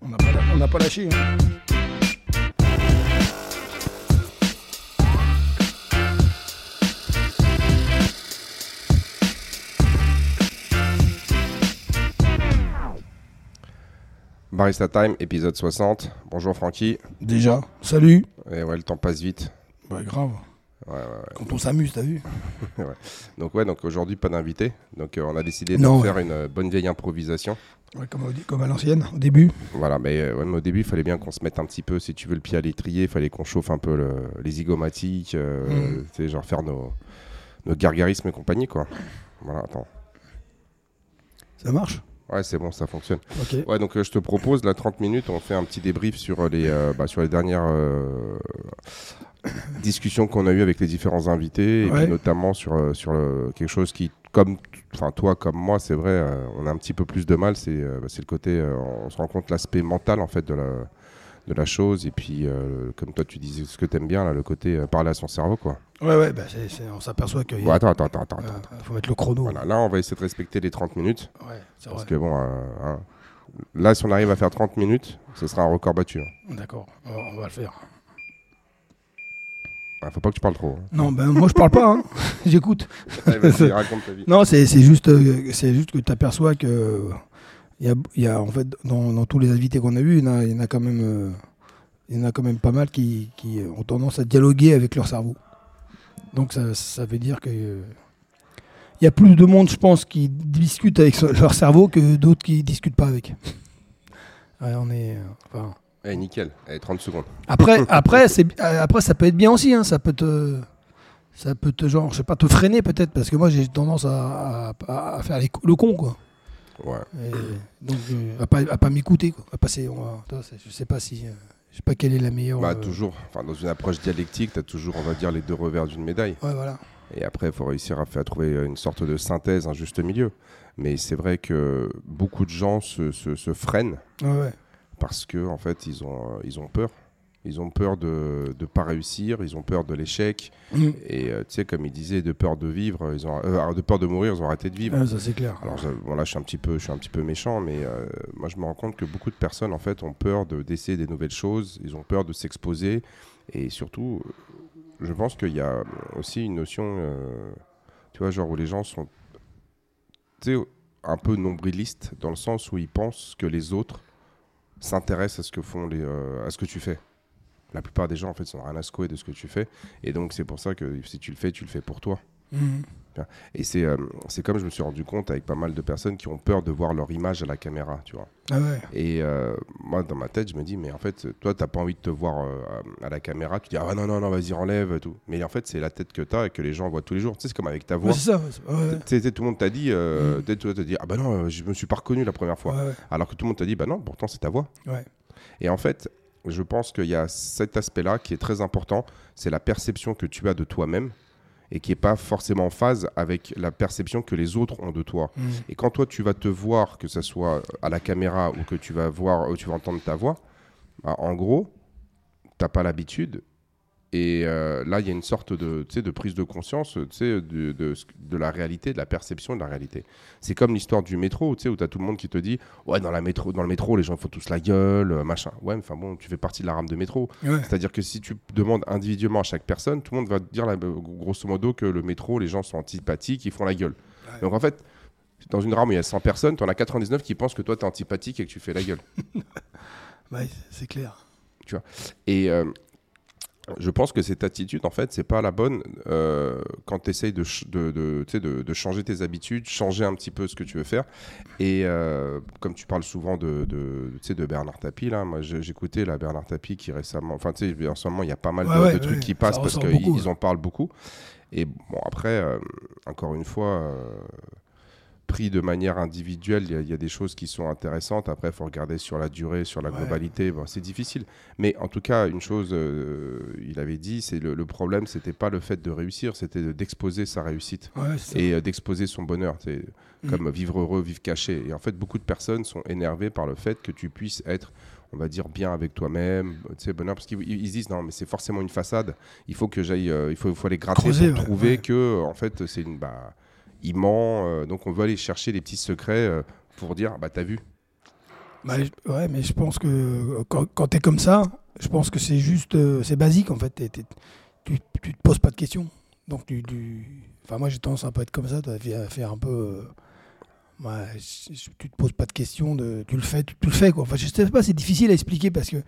On n'a pas lâché. Hein. Barista Time, épisode 60. Bonjour Francky. Déjà, salut. Et ouais, le temps passe vite. Ouais, grave. Ouais. Quand on s'amuse, t'as vu. Ouais. Donc aujourd'hui, pas d'invité. Donc on a décidé de faire une bonne vieille improvisation. Ouais, comme à l'ancienne, au début. Voilà, mais au début, il fallait bien qu'on se mette un petit peu, si tu veux, le pied à l'étrier. Il fallait qu'on chauffe un peu les zygomatiques, genre faire nos gargarismes et compagnie, quoi. Voilà, attends. Ça marche ? Ouais, c'est bon, ça fonctionne. Ok. Ouais, donc je te propose, là, 30 minutes, on fait un petit débrief sur les dernières discussions qu'on a eues avec les différents invités, et puis notamment sur quelque chose qui, toi comme moi, c'est vrai, on a un petit peu plus de mal, c'est le côté, on se rend compte l'aspect mental, en fait, de la chose, et puis, comme toi, tu disais ce que t'aimes bien, là, le côté parler à son cerveau, quoi. Ouais, on s'aperçoit qu'il y a... Attends. Faut mettre le chrono. Voilà, là, on va essayer de respecter les 30 minutes. Ouais, c'est parce vrai. que bon, là, si on arrive à faire 30 minutes, ce sera un record battu. Hein. D'accord, on va le faire. Faut pas que tu parles trop. Hein. Non, moi je parle pas, hein. J'écoute. Allez, vas-y, raconte ta vie. Non, c'est juste que tu aperçois que il y a en fait dans tous les invités qu'on a eus, il y en a quand même pas mal qui ont tendance à dialoguer avec leur cerveau. Donc ça veut dire que il y a plus de monde, je pense, qui discute avec leur cerveau que d'autres qui discutent pas avec. Ouais, on est Nickel. Allez, 30 secondes. Après, ça peut être bien aussi, hein. Ça peut te genre, je sais pas, te freiner peut-être, parce que moi j'ai tendance à faire le con, quoi. Ouais. Et donc à pas m'écouter, quoi. Je sais pas quelle est la meilleure. Toujours. Dans une approche dialectique, t'as toujours, on va dire, les deux revers d'une médaille. Ouais, voilà. Et après, il faut réussir à trouver une sorte de synthèse, un juste milieu. Mais c'est vrai que beaucoup de gens se freinent. Ouais. Parce que en fait, ils ont peur. Ils ont peur de ne pas réussir, ils ont peur de l'échec. Et tu sais, comme ils disaient, de peur de vivre, de peur de mourir, ils ont arrêté de vivre. Ouais, ça c'est clair. Alors là, je suis un petit peu méchant, mais moi, je me rends compte que beaucoup de personnes, en fait, ont peur d'essayer des nouvelles choses. Ils ont peur de s'exposer. Et surtout, je pense qu'il y a aussi une notion, tu vois, genre où les gens sont, tu sais, un peu nombrilistes, dans le sens où ils pensent que les autres s'intéressent à ce que à ce que tu fais. La plupart des gens, en fait, sont rien à secouer de ce que tu fais. Et donc, c'est pour ça que si tu le fais pour toi. Et c'est comme je me suis rendu compte avec pas mal de personnes qui ont peur de voir leur image à la caméra, tu vois. Ah ouais. Et moi, dans ma tête, je me dis, mais en fait, toi, t'as pas envie de te voir à la caméra. Tu dis, ah non, vas-y, enlève, tout. Mais en fait, c'est la tête que t'as et que les gens voient tous les jours. Tu sais, c'est comme avec ta voix. Ouais, c'est ça. Ouais. Tu sais, tout le monde t'a dit, toi, t'as dit, ah bah non, je me suis pas reconnu la première fois. Ouais. Alors que tout le monde t'a dit, bah non, pourtant, c'est ta voix. Ouais. Et en fait, je pense qu'il y a cet aspect-là qui est très important, c'est la perception que tu as de toi-même et qui n'est pas forcément en phase avec la perception que les autres ont de toi. Et quand toi, tu vas te voir, que ce soit à la caméra ou que tu vas voir ou tu vas entendre ta voix, en gros, tu n'as pas l'habitude. Et là, il y a une sorte de prise de conscience de la réalité, de la perception de la réalité. C'est comme l'histoire du métro, où tu as tout le monde qui te dit « Ouais, dans le métro, les gens font tous la gueule, machin. » Ouais, mais enfin bon, tu fais partie de la rame de métro. Ouais. C'est-à-dire que si tu demandes individuellement à chaque personne, tout le monde va te dire grosso modo que le métro, les gens sont antipathiques, ils font la gueule. Ouais. Donc en fait, dans une rame où il y a 100 personnes, tu en as 99 qui pensent que toi, tu es antipathique et que tu fais la gueule. Ouais, c'est clair. Tu vois. Et... je pense que cette attitude, en fait, c'est pas la bonne quand tu essayes de changer tes habitudes, changer un petit peu ce que tu veux faire. Et comme tu parles souvent de Bernard Tapie, là, moi j'écoutais Bernard Tapie qui récemment, enfin tu sais, en ce moment il y a pas mal de trucs qui passent parce qu'ils en parlent beaucoup. Et bon, après, encore une fois, pris de manière individuelle, il y a des choses qui sont intéressantes. Après, il faut regarder sur la durée, sur la globalité. Bon, c'est difficile. Mais en tout cas, une chose, il avait dit, c'est le problème, c'était pas le fait de réussir, c'était d'exposer sa réussite et d'exposer son bonheur. C'est comme vivre heureux, vivre caché. Et en fait, beaucoup de personnes sont énervées par le fait que tu puisses être, on va dire, bien avec toi-même, tu sais, bonheur, parce qu'ils se disent non, mais c'est forcément une façade. Il faut que j'aille, il faut aller gratter pour trouver que, en fait, c'est une il ment, donc on veut aller chercher les petits secrets pour dire, bah t'as vu. Ouais, mais je pense que quand tu es comme ça, je pense que c'est juste, c'est basique en fait. Tu te poses pas de questions. Donc enfin, moi j'ai tendance à pas être comme ça, à faire un peu. Ouais, tu te poses pas de questions, tu le fais quoi. Enfin, je sais pas, c'est difficile à expliquer parce que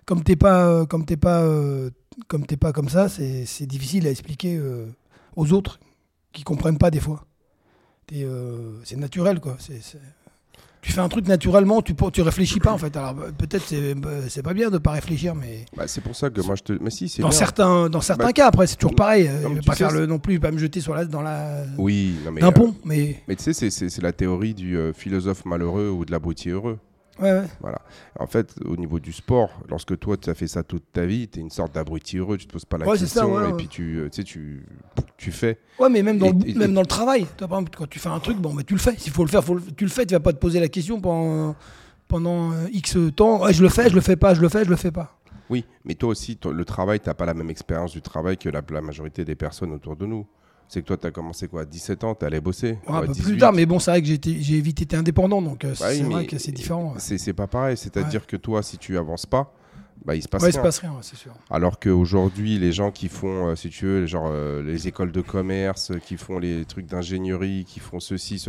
comme t'es pas comme ça, c'est difficile à expliquer aux autres qui comprennent pas des fois. C'est naturel quoi. Tu fais un truc naturellement, tu réfléchis pas en fait. Alors peut-être c'est pas bien de pas réfléchir, mais Bah, c'est pour ça que moi je te. Mais si, c'est dans bien. certains cas après c'est toujours pareil. Non, mais Je vais tu pas sais, faire non plus, pas me jeter Oui, non, mais. d'un pont, mais Mais tu sais, c'est la théorie du philosophe malheureux ou de l'abruti heureux. ouais. Voilà. En fait, au niveau du sport, lorsque toi, tu as fait ça toute ta vie, tu es une sorte d'abruti heureux, tu te poses pas la Ouais, c'est question, ça, ouais. et puis tu sais, tu fais. Ouais, mais même Et- dans le travail. Toi, par exemple, quand tu fais un truc, bon, bah, tu le fais. S'il faut le faire, tu le fais. Tu vas pas te poser la question pendant X temps. Ouais, je le fais pas, je le fais pas. Oui, mais toi aussi, le travail, tu n'as pas la même expérience du travail que la majorité des personnes autour de nous. C'est que toi, tu as commencé quoi, à 17 ans, tu allé bosser Ouais, un peu 18. plus tard, mais bon, c'est vrai que j'ai vite été indépendant, donc Bah oui, c'est vrai mais que c'est différent. Ouais, c'est pas pareil. C'est-à-dire que toi, si tu avances pas, bah, il se passe ouais, il se rien. passe rien, ouais, c'est sûr. Alors qu'aujourd'hui, les gens qui font, si tu veux, les écoles de commerce, qui font les trucs d'ingénierie, qui font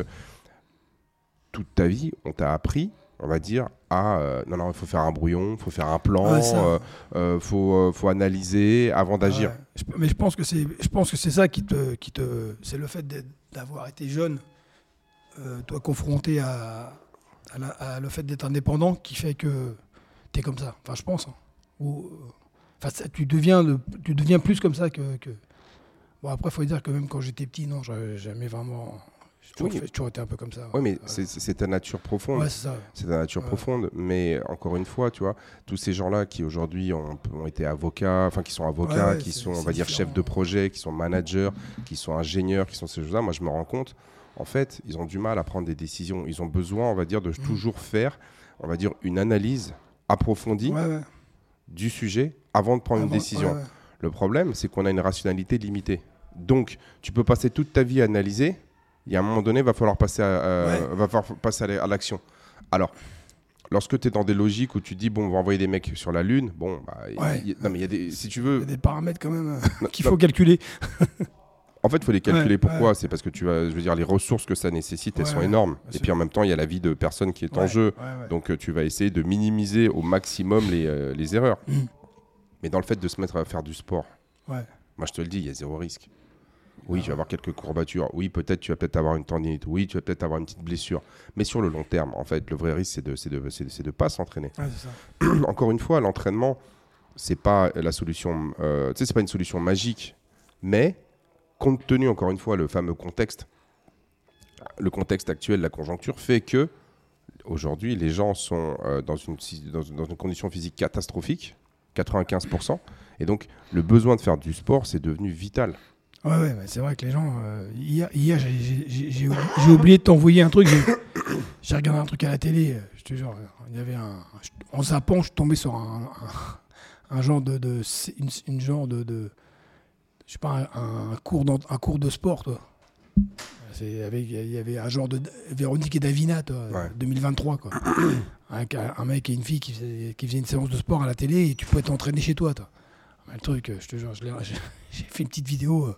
toute ta vie, on t'a appris, on va dire, non, il faut faire un brouillon, il faut faire un plan, faut analyser avant d'agir. Ouais. Mais je pense que c'est ça c'est le fait d'avoir été jeune, toi confronté à le fait d'être indépendant qui fait que t'es comme ça. Enfin, je pense. Hein. Tu deviens plus comme ça que... Bon, après, il faut dire que même quand j'étais petit, non, j'avais jamais vraiment... J'ai toujours été un peu comme ça. Oui, mais c'est ta nature profonde. Ouais, c'est ça. C'est ta nature profonde. Mais encore une fois, tu vois, tous ces gens-là qui aujourd'hui ont été avocats, enfin qui sont avocats, qui sont, on va dire, chefs de projet, qui sont managers, qui sont ingénieurs, qui sont ces choses-là, moi je me rends compte, en fait, ils ont du mal à prendre des décisions. Ils ont besoin, on va dire, de toujours faire, on va dire, une analyse approfondie du sujet avant de prendre une décision. Le problème, c'est qu'on a une rationalité limitée. Donc, tu peux passer toute ta vie à analyser. Il y a un moment donné, il va falloir passer à l'action. Alors, lorsque tu es dans des logiques où tu dis, bon, on va envoyer des mecs sur la Lune, bon, non, mais il y a des, si tu veux... Il y a des paramètres quand même qu'il faut calculer. En fait, il faut les calculer. Pourquoi ? C'est parce que je veux dire, les ressources que ça nécessite, elles sont énormes. Et puis en même temps, il y a la vie de personne qui est en jeu. Donc tu vas essayer de minimiser au maximum les erreurs. Mais dans le fait de se mettre à faire du sport, moi je te le dis, il y a zéro risque. Oui, tu vas avoir quelques courbatures. Oui, peut-être tu vas peut-être avoir une tendinite. Oui, tu vas peut-être avoir une petite blessure. Mais sur le long terme, en fait, le vrai risque, c'est de pas s'entraîner. Ouais, c'est ça. Encore une fois, l'entraînement, c'est pas la solution. C'est pas une solution magique. Mais compte tenu, encore une fois, le fameux contexte, le contexte actuel, la conjoncture fait que aujourd'hui, les gens sont dans une condition physique catastrophique, 95%. Et donc, le besoin de faire du sport, c'est devenu vital. Ouais, c'est vrai que les gens... hier j'ai oublié de t'envoyer un truc. J'ai regardé un truc à la télé. Je te jure, il y avait en zappant, je suis tombé sur un genre une genre de je sais pas, un cours de sport, toi. Il y avait un genre de Véronique et Davina, toi, 2023, quoi. Un mec et une fille qui faisaient une séance de sport à la télé et tu pouvais t'entraîner chez toi, toi. Le truc, je te jure, j'ai fait une petite vidéo.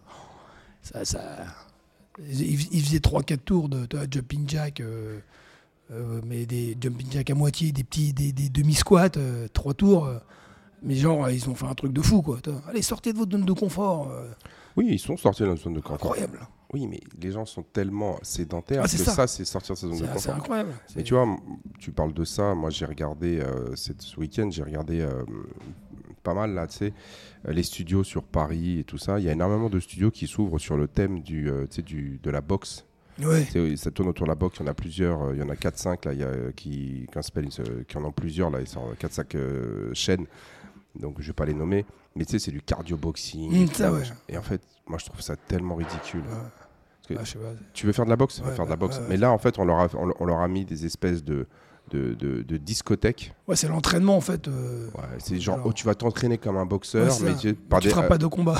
Il faisait 3-4 tours de jumping jack, mais des jumping jack à moitié, des demi-squats, 3 tours. Mais genre, ils ont fait un truc de fou, quoi. Allez, sortez de votre zone de confort. Oui, ils sont sortis de notre zone de confort. Incroyable. Oui, mais les gens sont tellement sédentaires que ça, c'est sortir de sa zone de confort. C'est incroyable. Mais tu vois, tu parles de ça. Moi, j'ai regardé ce week-end, pas mal, là, tu sais, les studios sur Paris et tout ça. Il y a énormément de studios qui s'ouvrent sur le thème de la boxe. Ouais. Ça tourne autour de la boxe. Il y en a plusieurs. Il y en a 4-5 là, qui en ont plusieurs. Là, ils sont 4-5 chaînes. Donc, je ne vais pas les nommer. Mais tu sais, c'est du cardio-boxing. Et en fait, moi, je trouve ça tellement ridicule. Parce que tu veux faire de la boxe ? Faire de la boxe. Mais là, en fait, on leur a mis des espèces de discothèques. Ouais, c'est l'entraînement, en fait. C'est genre, tu vas t'entraîner comme un boxeur, mais tu feras pas de combat.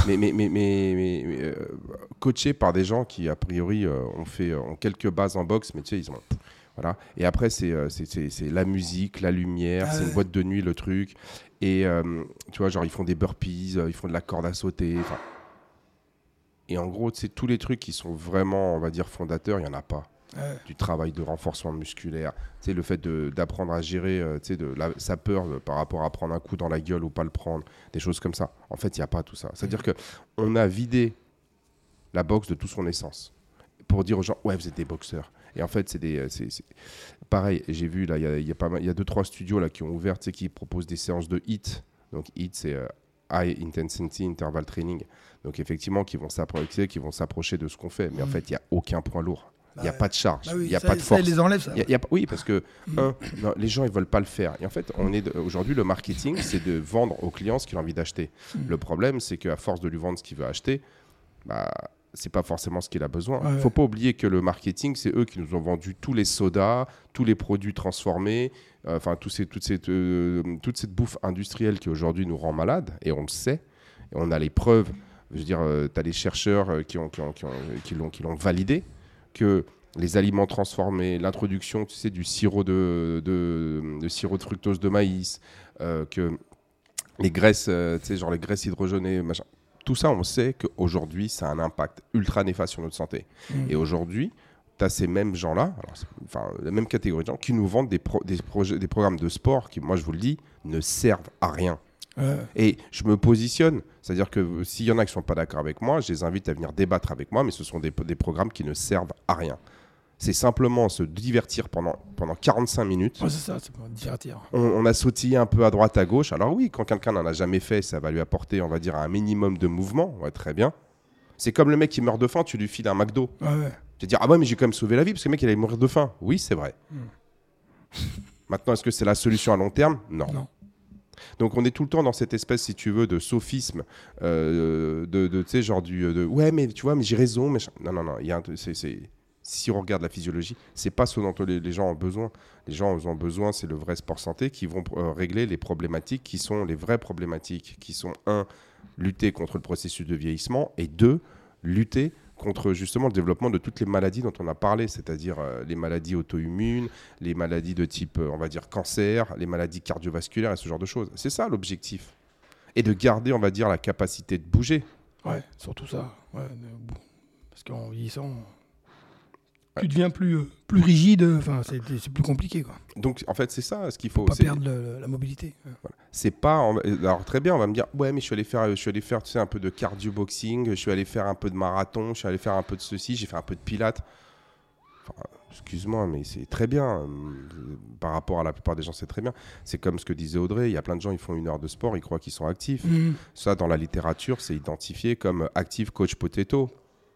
Mais coaché par des gens qui, a priori, ont quelques bases en boxe, mais tu sais, Voilà. Et après, c'est la musique, la lumière, c'est une boîte de nuit, le truc. Et tu vois, genre, ils font des burpees, ils font de la corde à sauter. Et en gros, c'est tous les trucs qui sont vraiment, on va dire, fondateurs, il n'y en a pas. Du travail de renforcement musculaire, le fait d'apprendre à gérer sa peur par rapport à prendre un coup dans la gueule ou pas le prendre, des choses comme ça. En fait, il n'y a pas tout ça. C'est-à-dire qu'on a vidé la boxe de toute son essence pour dire aux gens, ouais, vous êtes des boxeurs. Et en fait, c'est pareil, j'ai vu, là, il y a 2-3 studios là, qui ont ouvert, qui proposent des séances de HIIT. Donc, HIIT, c'est High Intensity Interval Training. Donc, effectivement, qui vont s'approcher de ce qu'on fait. Mais en fait, il n'y a aucun point lourd. Il n'y a pas de charge, il n'y a pas de force. Ça, ils les enlèvent, ça. Oui, parce que non, les gens, ils ne veulent pas le faire. Et en fait, aujourd'hui, le marketing, c'est de vendre au client ce qu'il a envie d'acheter. Le problème, c'est qu'à force de lui vendre ce qu'il veut acheter, ce n'est pas forcément ce qu'il a besoin. Il ne faut pas oublier que le marketing, c'est eux qui nous ont vendu tous les sodas, tous les produits transformés, toute cette bouffe industrielle qui aujourd'hui nous rend malades, et on le sait, et on a les preuves. Je veux dire, tu as les chercheurs qui l'ont validé, que les aliments transformés, l'introduction du sirop de sirop de fructose de maïs, que les graisses, les graisses hydrogénées, machin, tout ça, on sait qu'aujourd'hui, ça a un impact ultra néfaste sur notre santé. Et aujourd'hui, tu as ces mêmes gens-là, la même catégorie de gens, qui nous vendent des programmes de sport qui, moi je vous le dis, ne servent à rien. Et je me positionne, c'est-à-dire que s'il y en a qui ne sont pas d'accord avec moi, je les invite à venir débattre avec moi, mais ce sont des programmes qui ne servent à rien. C'est simplement se divertir pendant 45 minutes. C'est ça, c'est pour divertir. On a sautillé un peu à droite, à gauche. Alors oui, quand quelqu'un n'en a jamais fait, ça va lui apporter, on va dire, un minimum de mouvement. Ouais, très bien. C'est comme le mec qui meurt de faim, tu lui files un McDo. Tu vas dire, ah ouais, mais j'ai quand même sauvé la vie parce que le mec, il allait mourir de faim. Oui, c'est vrai. Maintenant, est-ce que c'est la solution à long terme ? Non. Donc on est tout le temps dans cette espèce, si tu veux, de sophisme, ouais, mais tu vois, mais j'ai raison. Mais non, si on regarde la physiologie, c'est pas ce dont les gens ont besoin. Les gens ont besoin, c'est le vrai sport santé qui vont régler les problématiques qui sont les vraies problématiques, qui sont 1, lutter contre le processus de vieillissement, et 2, lutter contre justement le développement de toutes les maladies dont on a parlé, c'est-à-dire les maladies auto-immunes, les maladies de type, on va dire, cancer, les maladies cardiovasculaires et ce genre de choses. C'est ça l'objectif. Et de garder, on va dire, la capacité de bouger. Ouais, surtout ça. Ouais, parce qu'en vieillissant, tu deviens plus rigide, c'est plus compliqué, quoi. Donc, en fait, c'est ça ce qu'il faut. Pas perdre la mobilité. Voilà. C'est pas. Alors, très bien, on va me dire, ouais, mais je suis allé faire tu sais, un peu de cardio-boxing, je suis allé faire un peu de marathon, je suis allé faire un peu de ceci, j'ai fait un peu de pilates. Excuse-moi, mais c'est très bien. Par rapport à la plupart des gens, c'est très bien. C'est comme ce que disait Audrey, il y a plein de gens, ils font 1 heure de sport, ils croient qu'ils sont actifs. Ça, dans la littérature, c'est identifié comme active coach potato.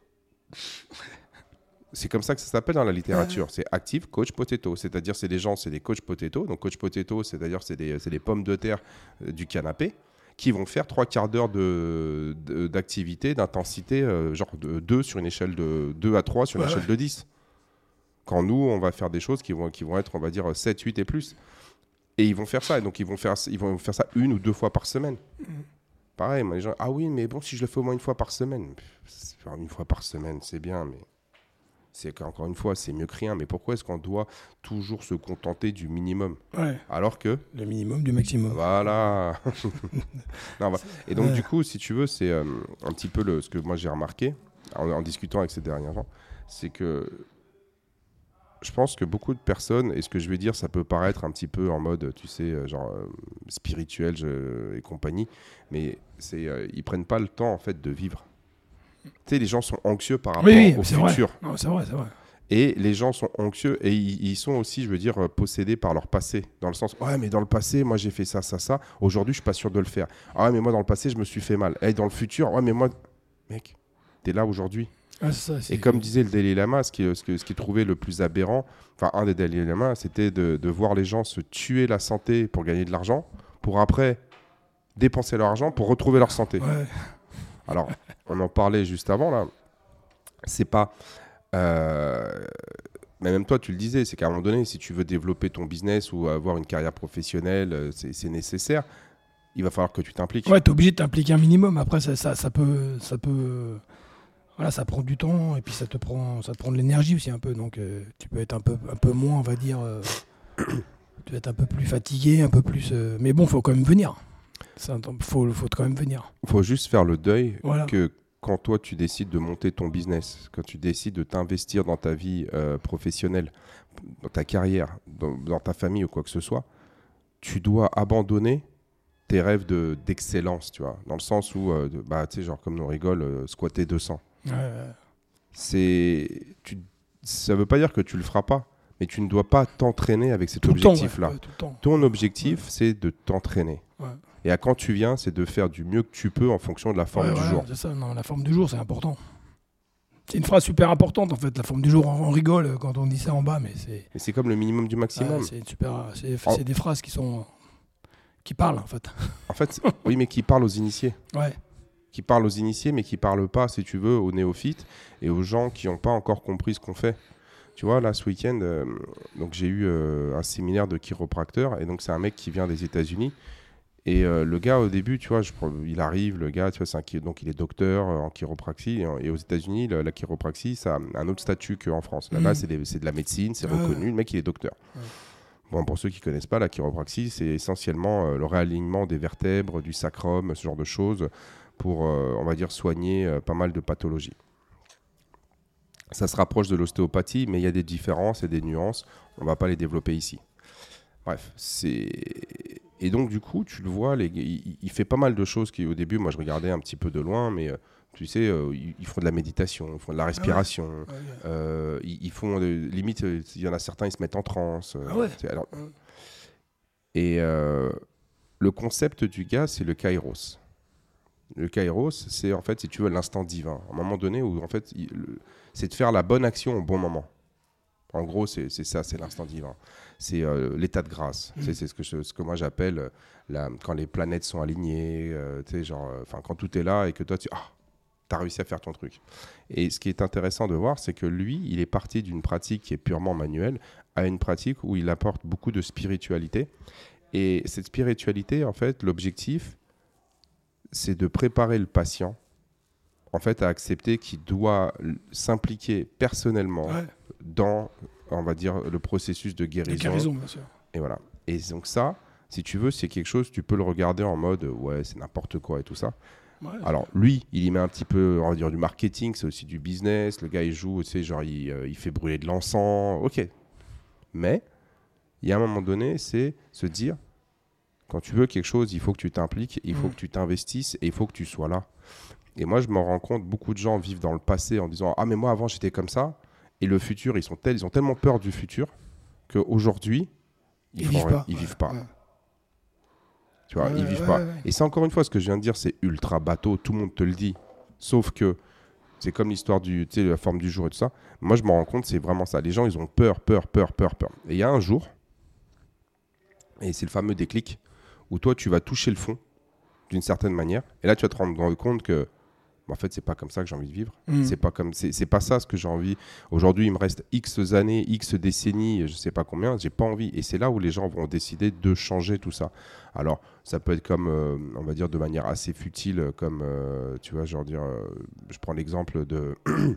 C'est comme ça que ça s'appelle dans la littérature. C'est active coach potato. C'est-à-dire, c'est des coach potato. Donc, coach potato, c'est-à-dire, c'est des pommes de terre du canapé qui vont faire 3/4 d'heure d'activité, d'intensité, genre de 2 sur une échelle de 2 à 3 sur une échelle de 10. Quand nous, on va faire des choses qui vont être, on va dire, 7, 8 et plus. Et ils vont faire ça. Et donc, ils vont faire ça 1 ou 2 fois par semaine. Pareil, moi, les gens, ah oui, mais bon, si je le fais au moins 1 fois par semaine. 1 fois par semaine, c'est bien, mais... Encore une fois, c'est mieux que rien. Mais pourquoi est-ce qu'on doit toujours se contenter du minimum ? Alors que... Le minimum du maximum. Voilà. Et donc, du coup, si tu veux, c'est un petit peu ce que moi j'ai remarqué en discutant avec ces derniers gens, c'est que je pense que beaucoup de personnes, et ce que je vais dire, ça peut paraître un petit peu en mode, tu sais, spirituel et compagnie, mais ils prennent pas le temps, en fait, de vivre. Tu sais, les gens sont anxieux par rapport au futur. Non, c'est vrai. Et les gens sont anxieux et ils sont aussi, je veux dire, possédés par leur passé. Dans le sens, ouais, mais dans le passé, moi, j'ai fait ça. Aujourd'hui, je suis pas sûr de le faire. Ah ouais, mais moi, dans le passé, je me suis fait mal. Et dans le futur, ouais, mais moi, mec, t'es là aujourd'hui. Et comme disait le Dalai Lama, ce qui trouvait le plus aberrant, enfin, un des Dalai Lama, c'était de voir les gens se tuer la santé pour gagner de l'argent, pour après dépenser leur argent pour retrouver leur santé. Ouais. Alors, on en parlait juste avant, là. C'est pas... mais même toi, tu le disais, c'est qu'à un moment donné, si tu veux développer ton business ou avoir une carrière professionnelle, c'est nécessaire. Il va falloir que tu t'impliques. Ouais, t'es obligé de t'impliquer un minimum. Après, ça peut voilà, ça prend du temps et puis ça te prend de l'énergie aussi un peu. Donc tu peux être un peu moins, on va dire, tu vas être un peu plus fatigué, un peu plus. Mais bon, faut quand même venir. Faut quand même venir. Faut juste faire le deuil Voilà. que quand toi tu décides de monter ton business, quand tu décides de t'investir dans ta vie professionnelle, dans ta carrière, dans ta famille ou quoi que ce soit, tu dois abandonner tes rêves d'excellence, tu vois, dans le sens où, tu sais, genre comme nous on rigole, squatter 200. Ça veut pas dire que tu le feras pas, mais tu ne dois pas t'entraîner avec cet objectif-là. Ton objectif, c'est de t'entraîner. Ouais. Et à quand tu viens, c'est de faire du mieux que tu peux en fonction de la forme du jour. C'est ça, non, la forme du jour, c'est important. C'est une phrase super importante en fait, la forme du jour. On rigole quand on dit ça en bas, mais c'est. Mais c'est comme le minimum du maximum. C'est des phrases qui parlent en fait. En fait, oui, mais qui parlent aux initiés. Ouais. Qui parlent aux initiés, mais qui parlent pas, si tu veux, aux néophytes et aux gens qui n'ont pas encore compris ce qu'on fait. Tu vois, là, ce week-end, donc j'ai eu un séminaire de chiropracteur, et donc c'est un mec qui vient des États-Unis. Et le gars, au début, tu vois, il arrive, le gars, tu vois, donc il est docteur en chiropraxie. Et aux États-Unis, la chiropraxie, ça a un autre statut qu'en France. Là-bas, c'est de la médecine, c'est reconnu. Le mec, il est docteur. Bon, pour ceux qui ne connaissent pas, la chiropraxie, c'est essentiellement le réalignement des vertèbres, du sacrum, ce genre de choses, pour, on va dire, soigner pas mal de pathologies. Ça se rapproche de l'ostéopathie, mais il y a des différences et des nuances. On ne va pas les développer ici. Bref, et donc, du coup, tu le vois, il fait pas mal de choses qui, au début, moi, je regardais un petit peu de loin, mais tu sais, ils font de la méditation, ils font de la respiration. Ils font, limite, il y en a certains, ils se mettent en transe. Et le concept du gars, c'est le kairos. Le kairos, c'est, en fait, si tu veux, l'instant divin. À un moment donné où, en fait, c'est de faire la bonne action au bon moment. En gros, c'est ça, c'est l'instant divin. C'est l'état de grâce. C'est ce que moi j'appelle quand les planètes sont alignées, quand tout est là et que toi, tu as réussi à faire ton truc. Et ce qui est intéressant de voir, c'est que lui, il est parti d'une pratique qui est purement manuelle à une pratique où il apporte beaucoup de spiritualité. Et cette spiritualité, en fait, l'objectif, c'est de préparer le patient en fait, à accepter qu'il doit s'impliquer personnellement dans, on va dire, le processus de guérison. De guérison, bien sûr. Et voilà. Et donc ça, si tu veux, c'est quelque chose, tu peux le regarder en mode, ouais, c'est n'importe quoi et tout ça. Ouais, alors, lui, il y met un petit peu, on va dire, du marketing, c'est aussi du business. Le gars, il joue, tu sais, genre, il fait brûler de l'encens. OK. Mais, il y a un moment donné, c'est se dire, quand tu veux quelque chose, il faut que tu t'impliques, il faut que tu t'investisses et il faut que tu sois là. Et moi, je me rends compte, beaucoup de gens vivent dans le passé en disant « Ah, mais moi, avant, j'étais comme ça. » Et le futur, ils ont tellement peur du futur qu'aujourd'hui, ils vivent pas. Ouais. Tu vois, ils vivent pas. Et c'est encore une fois, ce que je viens de dire, c'est ultra bateau. Tout le monde te le dit. Sauf que c'est comme l'histoire de la forme du jour et tout ça. Moi, je me rends compte, c'est vraiment ça. Les gens, ils ont peur. Et il y a un jour, et c'est le fameux déclic, où toi, tu vas toucher le fond d'une certaine manière. Et là, tu vas te rendre compte que en fait, c'est pas comme ça que j'ai envie de vivre. C'est pas ça ce que j'ai envie. Aujourd'hui, il me reste X années, X décennies, je sais pas combien, j'ai pas envie. Et c'est là où les gens vont décider de changer tout ça. Alors, ça peut être comme, on va dire, de manière assez futile, comme, tu vois, genre dire, je prends l'exemple de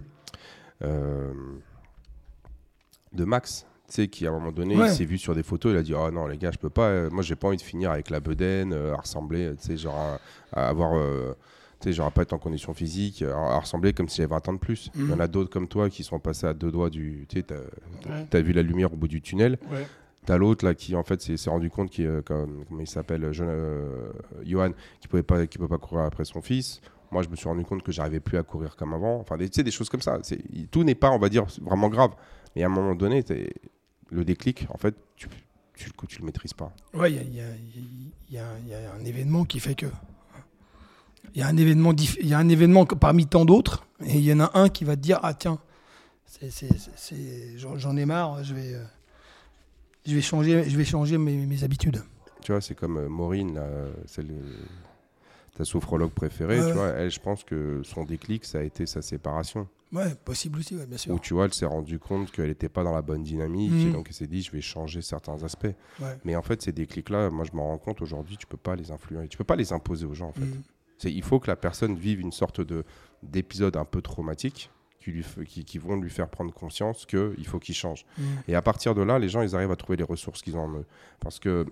Max. Tu sais, qui à un moment donné, il s'est vu sur des photos, il a dit « Oh non, les gars, je peux pas, moi, j'ai pas envie de finir avec la bedaine, à ressembler, tu sais, genre, à avoir... genre à pas être en condition physique, à ressembler comme si j'avais 20 ans de plus. Il y en a d'autres comme toi qui sont passés à deux doigts du... Tu sais, t'as vu la lumière au bout du tunnel. Ouais. T'as l'autre là qui en fait s'est rendu compte comment il s'appelle, Johan, qui peut pas courir après son fils. Moi, je me suis rendu compte que j'arrivais plus à courir comme avant. Enfin, tu sais, des choses comme ça. Tout n'est pas, on va dire, vraiment grave. Mais à un moment donné, le déclic, en fait, tu le maîtrises pas. Ouais, il y a un événement qui fait que... Il y a un événement parmi tant d'autres, et il y en a un qui va te dire « Ah tiens, j'en ai marre, je vais changer mes habitudes. » Tu vois, c'est comme Maureen, là, ta sophrologue préférée, tu vois, elle, je pense que son déclic, ça a été sa séparation. Ouais, possible aussi, ouais, bien sûr. Où tu vois, elle s'est rendue compte qu'elle n'était pas dans la bonne dynamique, et donc elle s'est dit « Je vais changer certains aspects. » Mais en fait, ces déclics-là, moi je m'en rends compte aujourd'hui, tu peux pas les influencer, tu peux pas les imposer aux gens, en fait. Il faut que la personne vive une sorte d'épisode un peu traumatique qui vont lui faire prendre conscience qu'il faut qu'il change. Et à partir de là, les gens, ils arrivent à trouver les ressources qu'ils ont en eux. Parce que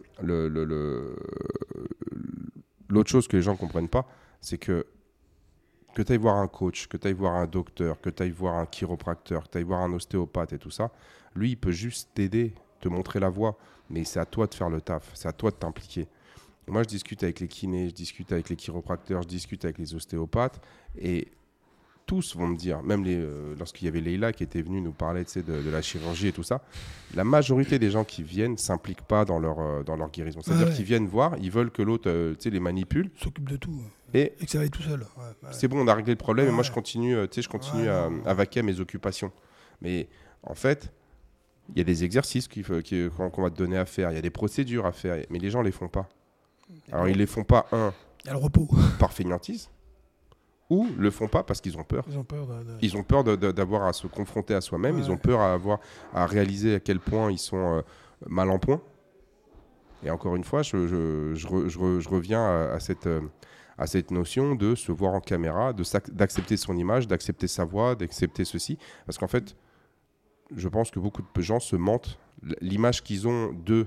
l'autre chose que les gens ne comprennent pas, c'est que tu ailles voir un coach, que tu ailles voir un docteur, que tu ailles voir un chiropracteur, que tu ailles voir un ostéopathe et tout ça, lui, il peut juste t'aider, te montrer la voie. Mais c'est à toi de faire le taf, c'est à toi de t'impliquer. Moi, je discute avec les kinés, je discute avec les chiropracteurs, je discute avec les ostéopathes et tous vont me dire, même lorsqu'il y avait Leïla qui était venue nous parler de la chirurgie et tout ça, la majorité des gens qui viennent ne s'impliquent pas dans leur guérison. C'est-à-dire qu'ils viennent voir, ils veulent que l'autre les manipule. S'occupe de tout. Et que ça aille tout seul. C'est bon, on a réglé le problème et moi je continue, à vaquer à mes occupations. Mais en fait, il y a des exercices qu'on va te donner à faire, il y a des procédures à faire, mais les gens ne les font pas. Alors ils ne les font pas, il y a le repos. Par fainéantise, ou le font pas parce qu'ils ont peur. Ils ont peur d'avoir à se confronter à soi-même, ils ont peur à réaliser à quel point ils sont mal en point. Et encore une fois, je reviens à cette notion de se voir en caméra, d'accepter son image, d'accepter sa voix, d'accepter ceci. Parce qu'en fait, je pense que beaucoup de gens se mentent. L'image qu'ils ont d'eux,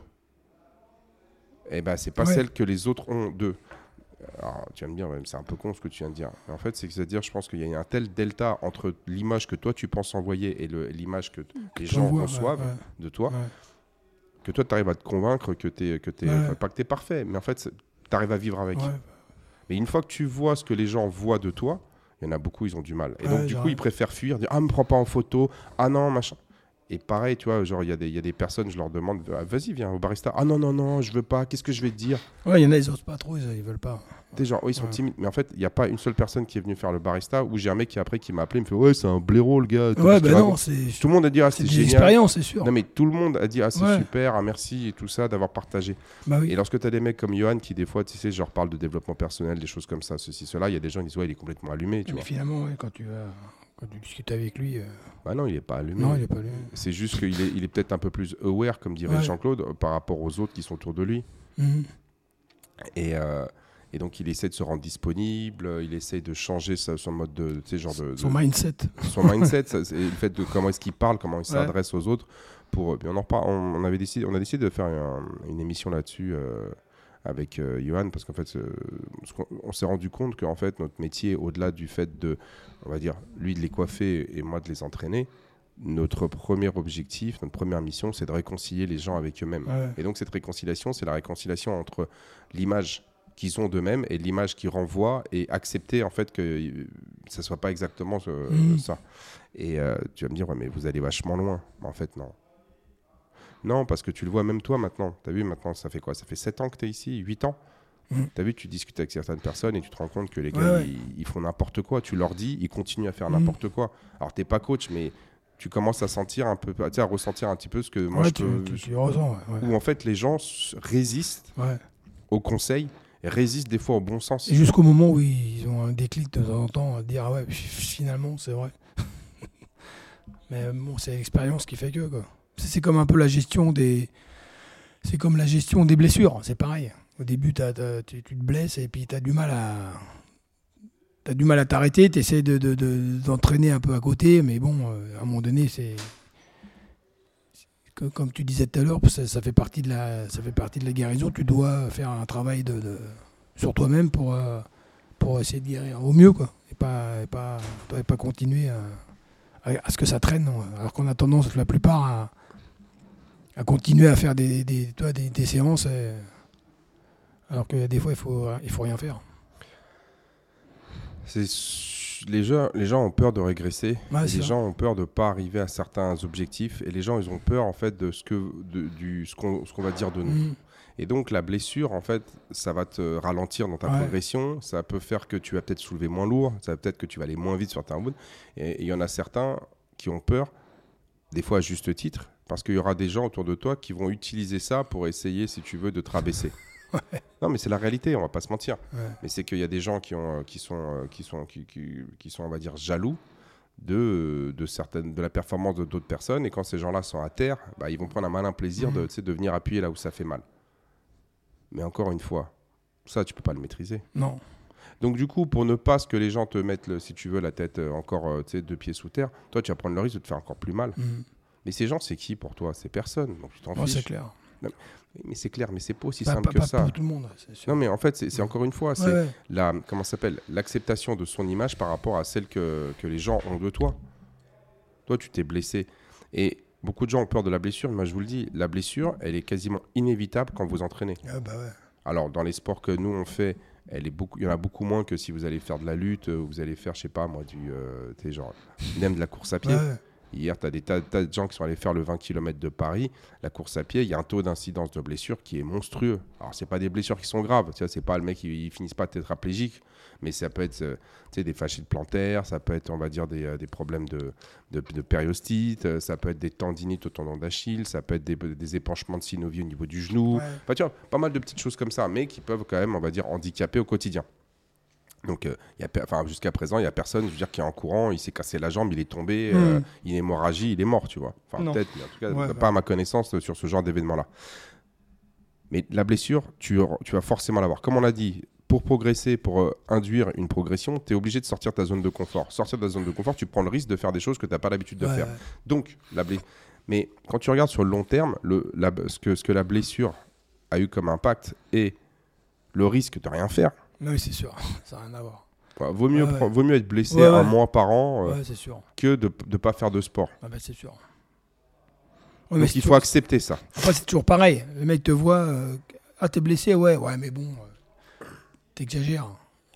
c'est pas celle que les autres ont d'eux. Alors, tu vas me dire, c'est un peu con ce que tu viens de dire. Mais en fait, c'est-à-dire, je pense qu'il y a un tel delta entre l'image que toi tu penses envoyer et l'image que les gens reçoivent de toi, que toi tu arrives à te convaincre que pas que tu es parfait, mais en fait, tu arrives à vivre avec. Mais une fois que tu vois ce que les gens voient de toi, il y en a beaucoup, ils ont du mal. Et donc, du coup, ils préfèrent fuir, dire « Ah, me prends pas en photo, ah non, machin ». Et pareil, tu vois, genre, il y a des personnes, je leur demande « Vas-y, viens au barista ». « Ah non, non, non, je veux pas, qu'est-ce que je vais te dire ?» Ouais, il y en a, ils osent pas trop, ils veulent pas. Des gens, ils sont timides. Mais en fait, il n'y a pas une seule personne qui est venue faire le barista, où j'ai un mec qui m'a appelé, il me fait « Ouais, c'est un blaireau, le gars. » Ouais, ben non, c'est... Tout le monde a dit « Ah, c'est génial. » C'est l'expérience, c'est sûr. Non, mais tout le monde a dit « Ah, c'est super, ah, merci, et tout ça, d'avoir partagé. » Et lorsque tu as des mecs comme Johan, qui des fois, tu sais, genre parle de développement personnel, des choses comme ça, ceci, cela, il y a des gens qui disent « Ouais, il est complètement allumé. » Mais finalement, quand tu discutes avec lui... Bah non, il n'est pas allumé. Non, il n'est pas allumé. C'est juste qu'il est peut-être un peu plus aware, comme dirait Jean-Claude, par rapport aux autres qui sont autour de lui. Et donc, il essaie de se rendre disponible, il essaie de changer son mode de... Son mindset. Son mindset, le fait de comment est-ce qu'il parle, comment il s'adresse aux autres. On a décidé de faire une émission là-dessus avec Johan, parce qu'en fait, on s'est rendu compte qu'en fait, notre métier, au-delà du fait de, on va dire, lui de les coiffer et moi de les entraîner, notre premier objectif, notre première mission, c'est de réconcilier les gens avec eux-mêmes. Et donc, cette réconciliation, c'est la réconciliation entre l'image qu'ils ont d'eux-mêmes et l'image qu'ils renvoient, et accepter en fait que ça soit pas exactement ça. Et tu vas me dire, ouais, mais vous allez vachement loin. En fait, non. Non, parce que tu le vois même toi maintenant. Tu as vu, maintenant, ça fait quoi ? Ça fait 7 ans que tu es ici, 8 ans. Tu as vu, tu discutes avec certaines personnes et tu te rends compte que les gars, ils font n'importe quoi. Tu leur dis, ils continuent à faire n'importe quoi. Alors, tu n'es pas coach, mais tu commences à sentir un peu, à ressentir un petit peu ce que moi tu ressens. Où en fait, les gens résistent aux conseils, résistent des fois au bon sens. Et jusqu'au moment où ils ont un déclic de temps en temps à dire, ah ouais, finalement, c'est vrai. Mais bon, c'est l'expérience qui fait que, quoi. C'est comme un peu la gestion des blessures, c'est pareil. Au début, tu te blesses et puis tu as du mal à t'arrêter, tu essaies d'entraîner un peu à côté, mais bon, à un moment donné, comme tu disais tout à l'heure, ça fait partie de la guérison. Tu dois faire un travail sur toi-même pour essayer de guérir au mieux, quoi, et pas continuer à ce que ça traîne, alors qu'on a tendance la plupart à continuer à faire des séances, alors que des fois il faut rien faire. Les gens ont peur de régresser, les gens ont peur de ne pas arriver à certains objectifs, et les gens ils ont peur en fait de ce qu'on va dire de nous. Et donc la blessure, en fait, ça va te ralentir dans ta progression, ça peut faire que tu vas peut-être soulever moins lourd, ça va peut-être que tu vas aller moins vite sur ta route. Et il y en a certains qui ont peur, des fois à juste titre, parce qu'il y aura des gens autour de toi qui vont utiliser ça pour essayer, si tu veux, de te rabaisser. Non, mais c'est la réalité, on va pas se mentir. Mais c'est qu'il y a des gens qui sont, on va dire, jaloux de la performance d'autres personnes, et quand ces gens-là sont à terre, ils vont prendre un malin plaisir de venir appuyer là où ça fait mal. Mais encore une fois, ça, tu peux pas le maîtriser. Non. Donc du coup, pour ne pas que les gens te mettent, si tu veux, la tête encore 2 pieds sous terre, toi, tu vas prendre le risque de te faire encore plus mal. Mais ces gens, c'est qui pour toi? C'est personne. Donc tu t'en fiches. C'est clair. Non, mais c'est clair, mais c'est pas aussi simple que ça. Pas pour tout le monde, c'est sûr. Non, mais en fait, c'est encore une fois, c'est comment ça s'appelle, l'acceptation de son image par rapport à celle que les gens ont de toi. Toi, tu t'es blessé. Et beaucoup de gens ont peur de la blessure. Mais moi, je vous le dis, la blessure, elle est quasiment inévitable quand vous entraînez. Alors, dans les sports que nous, on fait, il y en a beaucoup moins que si vous allez faire de la lutte ou vous allez faire, je sais pas moi, même de la course à pied. Hier, tu as des tas de gens qui sont allés faire le 20 km de Paris. La course à pied, il y a un taux d'incidence de blessures qui est monstrueux. Alors, ce n'est pas des blessures qui sont graves. Tu vois, c'est pas le mec qui ne finisse pas tétraplégique. Mais ça peut être des fasciites plantaires, ça peut être, on va dire, des problèmes de périostite, ça peut être des tendinites au tendon d'Achille, ça peut être des épanchements de synovie au niveau du genou. Enfin, tu vois, pas mal de petites choses comme ça, mais qui peuvent quand même, on va dire, handicaper au quotidien. Donc, jusqu'à présent, il n'y a personne, je veux dire, qui est en courant, il s'est cassé la jambe, il est tombé, il est hémorragie, il est mort, tu vois. Enfin, peut-être, mais en tout cas, pas à ma connaissance sur ce genre d'événement-là. Mais la blessure, tu vas forcément l'avoir. Comme on l'a dit, pour progresser, pour induire une progression, tu es obligé de sortir de ta zone de confort. Sortir de ta zone de confort, tu prends le risque de faire des choses que tu n'as pas l'habitude de faire. Donc, mais quand tu regardes sur le long terme, ce que la blessure a eu comme impact et le risque de rien faire. Oui, c'est sûr, ça n'a rien à voir. Vaut mieux être blessé un mois par an que de ne pas faire de sport. C'est sûr. Donc il faut accepter ça. Après, c'est toujours pareil. Le mec te voit, t'es blessé, ouais, mais bon, t'exagères.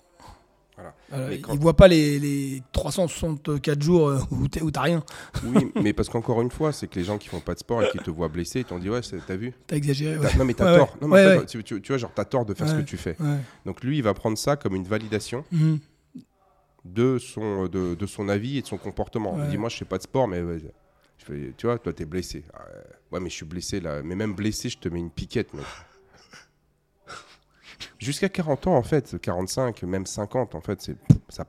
Voilà. Il ne voit pas les 364 jours où t'as rien. Oui, mais parce qu'encore une fois, c'est que les gens qui font pas de sport et qui te voient blessé, ils t'ont dit t'as vu ? T'as exagéré. Non, mais t'as tort. Non, mais en fait, tu vois, genre t'as tort de faire ce que tu fais. Donc lui, il va prendre ça comme une validation de son avis et de son comportement. Il dit moi, je fais pas de sport, mais tu vois, toi, t'es blessé. Ouais, mais je suis blessé là. Mais même blessé, je te mets une piquette, mec. Jusqu'à 40 ans, en fait, 45, même 50, en fait, ça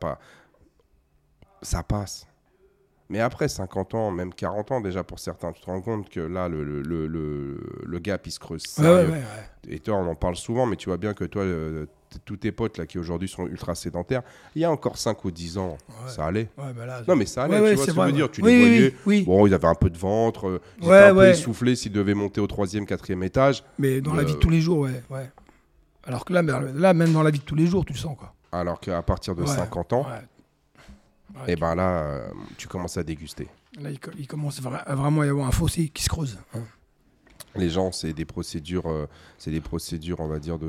passe. Mais après 50 ans, même 40 ans déjà pour certains, tu te rends compte que là, le gap, il se creuse sérieux. Et toi, on en parle souvent, mais tu vois bien que toi, tous tes potes là, qui aujourd'hui sont ultra sédentaires, il y a encore 5 ou 10 ans, ça allait. Non, mais ça allait, tu vois ce que je veux dire. Tu les voyais, bon, ils avaient un peu de ventre, ils étaient un peu essoufflés s'ils devaient monter au 3e, 4e étage. Mais dans la vie de tous les jours, ouais. Alors que là, même dans la vie de tous les jours, tu le sens, quoi. Alors qu'à partir de 50 ans, et ben là, tu commences à déguster. Là, il commence à vraiment y avoir un fossé qui se creuse. Les gens, c'est des procédures, on va dire,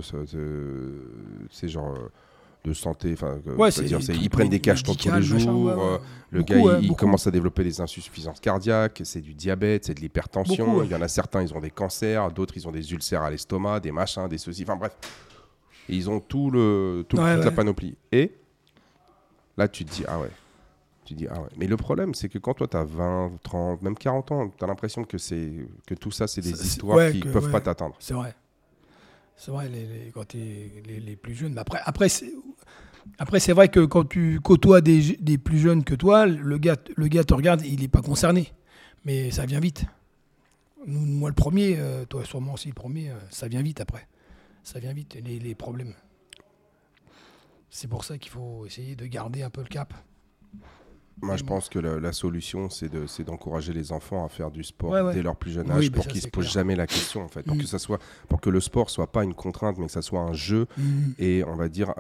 c'est genre de santé. Ils prennent des cachetons tous les jours. Le gars, il commence à développer des insuffisances cardiaques. C'est du diabète, c'est de l'hypertension. Il y en a certains, ils ont des cancers. D'autres, ils ont des ulcères à l'estomac, des machins, des ceci. Enfin bref, et ils ont toute la panoplie. Et là, tu te dis, ah ouais. Mais le problème, c'est que quand toi, tu as 20, 30, même 40 ans, tu as l'impression que tout ça, c'est des histoires qui ne peuvent pas t'atteindre. C'est vrai. C'est vrai, quand tu es les plus jeunes. Mais après, c'est vrai que quand tu côtoies des plus jeunes que toi, le gars te regarde, il n'est pas concerné. Mais ça vient vite. Moi, le premier, toi sûrement aussi le premier, ça vient vite après. Ça vient vite, les problèmes. C'est pour ça qu'il faut essayer de garder un peu le cap. Moi, je pense que la solution, c'est d'encourager les enfants à faire du sport dès leur plus jeune âge pour qu'ils ne se posent jamais la question, en fait. Pour que le sport ne soit pas une contrainte, mais que ça soit un jeu et, on va dire,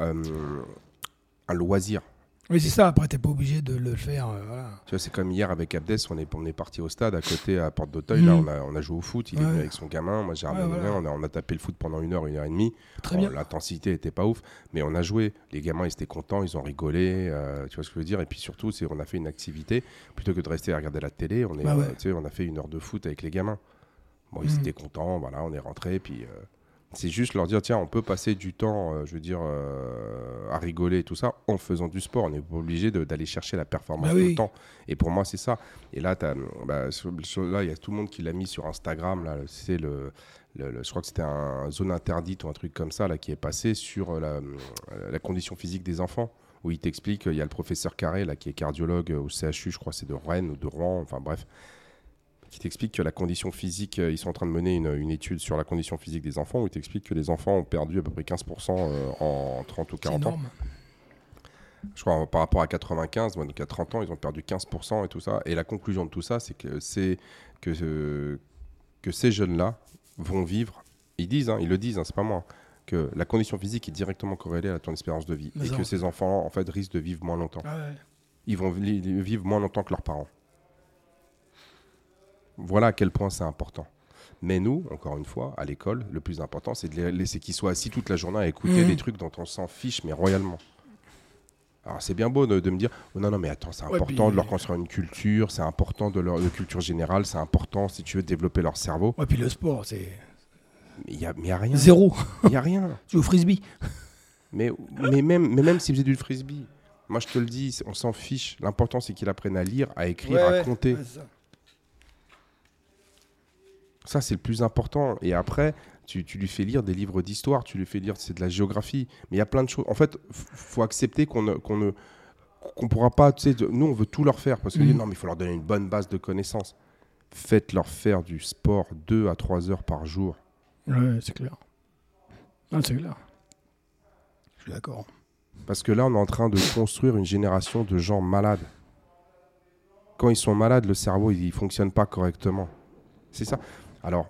un loisir. Oui, c'est ça. Après, tu n'es pas obligé de le faire. Voilà. Tu vois, c'est comme hier avec Abdes, on est parti au stade à côté, à Porte d'Auteuil. Là, on a joué au foot. Il est venu avec son gamin. Moi, j'ai ramené le mien. On a tapé le foot pendant 1 heure, 1 heure et demie. Très bien. L'intensité n'était pas ouf, mais on a joué. Les gamins, ils étaient contents, ils ont rigolé. Tu vois ce que je veux dire. Et puis surtout, on a fait une activité. Plutôt que de rester à regarder la télé, on a fait 1 heure de foot avec les gamins. Bon, ils étaient contents. Voilà, on est rentrés. Puis c'est juste leur dire, tiens, on peut passer du temps, à rigoler et tout ça, en faisant du sport. On n'est pas obligé d'aller chercher la performance tout le temps. Et pour moi, c'est ça. Et là, là, il y a tout le monde qui l'a mis sur Instagram. Là, c'est je crois que c'était un zone interdite ou un truc comme ça là, qui est passé sur la condition physique des enfants. Où il t'explique, il y a le professeur Carré, là, qui est cardiologue au CHU, je crois, c'est de Rennes ou de Rouen, enfin bref, qui t'explique que la condition physique, ils sont en train de mener une étude sur la condition physique des enfants, où il t'explique que les enfants ont perdu à peu près 15% en 30 ou 40 ans. Je crois par rapport à 95, donc à 30 ans, ils ont perdu 15% et tout ça. Et la conclusion de tout ça, c'est que ces jeunes-là vont vivre, ils le disent, c'est pas moi, que la condition physique est directement corrélée à ton espérance de vie. Et que ces enfants, en fait, risquent de vivre moins longtemps. Ah ouais. Ils vont vivre moins longtemps que leurs parents. Voilà à quel point c'est important. Mais nous, encore une fois, à l'école, le plus important, c'est de les laisser qu'ils soient assis toute la journée à écouter des trucs dont on s'en fiche, mais royalement. Alors c'est bien beau de me dire non mais attends, c'est important de leur construire une culture, c'est important de culture générale, c'est important si tu veux développer leur cerveau. Ouais, puis le sport, c'est... Mais il y a rien. Zéro. Il y a rien. Tu joues au frisbee. Mais même s'ils faisaient du frisbee, moi je te le dis, on s'en fiche. L'important c'est qu'ils apprennent à lire, à écrire, à compter. Ouais, ça c'est le plus important. Et après, tu lui fais lire des livres d'histoire, tu lui fais lire de la géographie. Mais il y a plein de choses. En fait, faut accepter qu'on pourra pas. Tu sais, nous, on veut tout leur faire parce que non, mais il faut leur donner une bonne base de connaissances. Faites-leur faire du sport 2 à 3 heures par jour. Ouais, c'est clair. Ah, c'est clair. Je suis d'accord. Parce que là, on est en train de construire une génération de gens malades. Quand ils sont malades, le cerveau, il fonctionne pas correctement. C'est ça. Alors,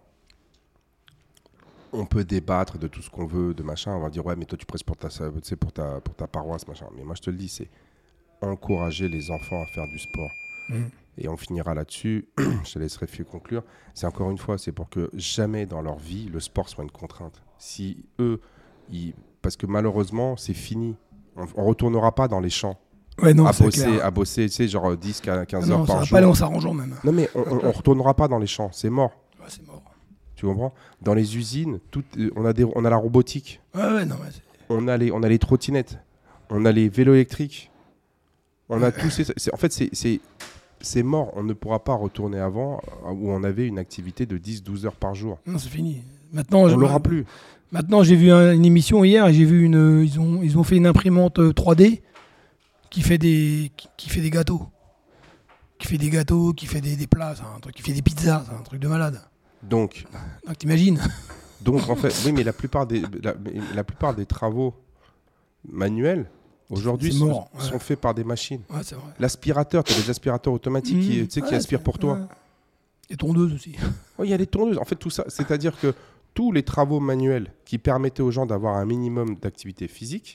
on peut débattre de tout ce qu'on veut, de machin. On va dire, ouais, mais toi, tu presses pour ta paroisse, machin. Mais moi, je te le dis, c'est encourager les enfants à faire du sport. Et on finira là-dessus. Je te laisserai conclure. C'est encore une fois, c'est pour que jamais dans leur vie, le sport soit une contrainte. Si eux, parce que malheureusement, c'est fini. On retournera pas dans les champs. Ouais, non, à bosser, tu sais, genre 10, 15 heures par jour. Pas aller en s'arrangeant même. Non, mais on retournera pas dans les champs. C'est mort. Ouais, c'est mort. Tu comprends ? Dans les usines, on a la robotique. Ouais, non, on a les trottinettes. On a les vélos électriques. On a tous ces... En fait, c'est mort. On ne pourra pas retourner avant où on avait une activité de 10-12 heures par jour. Non, c'est fini. Maintenant, on l'aura plus. Maintenant, j'ai vu une émission hier et j'ai vu ils ont fait une imprimante 3D qui fait des gâteaux. Qui fait des gâteaux, qui fait des plats, c'est un truc, qui fait des pizzas, c'est un truc de malade. Donc t'imagines. Donc en fait, oui, mais la plupart des travaux manuels aujourd'hui sont faits par des machines. Ouais, c'est vrai. L'aspirateur, tu as des aspirateurs automatiques qui aspirent pour toi. Les tondeuses aussi. Oui, il y a les tondeuses. En fait, tout ça, c'est-à-dire que tous les travaux manuels qui permettaient aux gens d'avoir un minimum d'activité physique,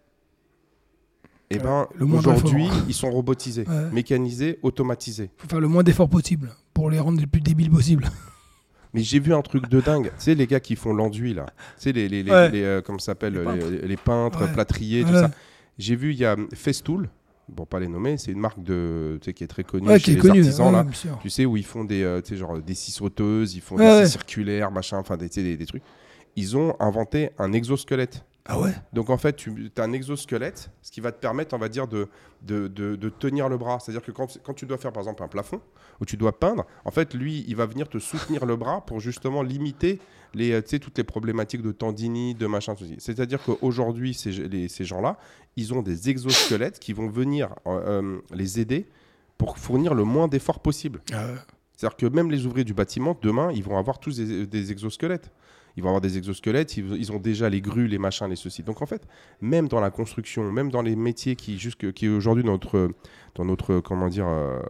aujourd'hui, ils sont robotisés, mécanisés, automatisés. Il faut faire le moins d'efforts possible pour les rendre les plus débiles possible. Mais j'ai vu un truc de dingue. Tu sais, les gars qui font l'enduit, là. Tu sais, les comment ça s'appelle, les peintres, plâtriers, tout ça. J'ai vu, il y a Festool, pour pas les nommer, c'est une marque qui est très connue chez les artisans, là. Tu sais, où ils font des scies sauteuses, ils font des scies circulaires, machin, enfin, des trucs. Ils ont inventé un exosquelette. Ah ouais. Donc en fait, tu as un exosquelette, ce qui va te permettre, on va dire, de tenir le bras. C'est-à-dire que quand tu dois faire, par exemple, un plafond, où tu dois peindre, en fait, lui, il va venir te soutenir le bras pour justement limiter toutes les problématiques de tendinite, de machin, tout ça. C'est-à-dire qu'aujourd'hui, ces gens-là, ils ont des exosquelettes qui vont venir les aider pour fournir le moins d'efforts possible. C'est-à-dire que même les ouvriers du bâtiment, demain, ils vont avoir tous des exosquelettes. Ils vont avoir des exosquelettes, ils ont déjà les grues, les machins, les ceci. Donc en fait, même dans la construction, même dans les métiers qui aujourd'hui dans notre comment dire,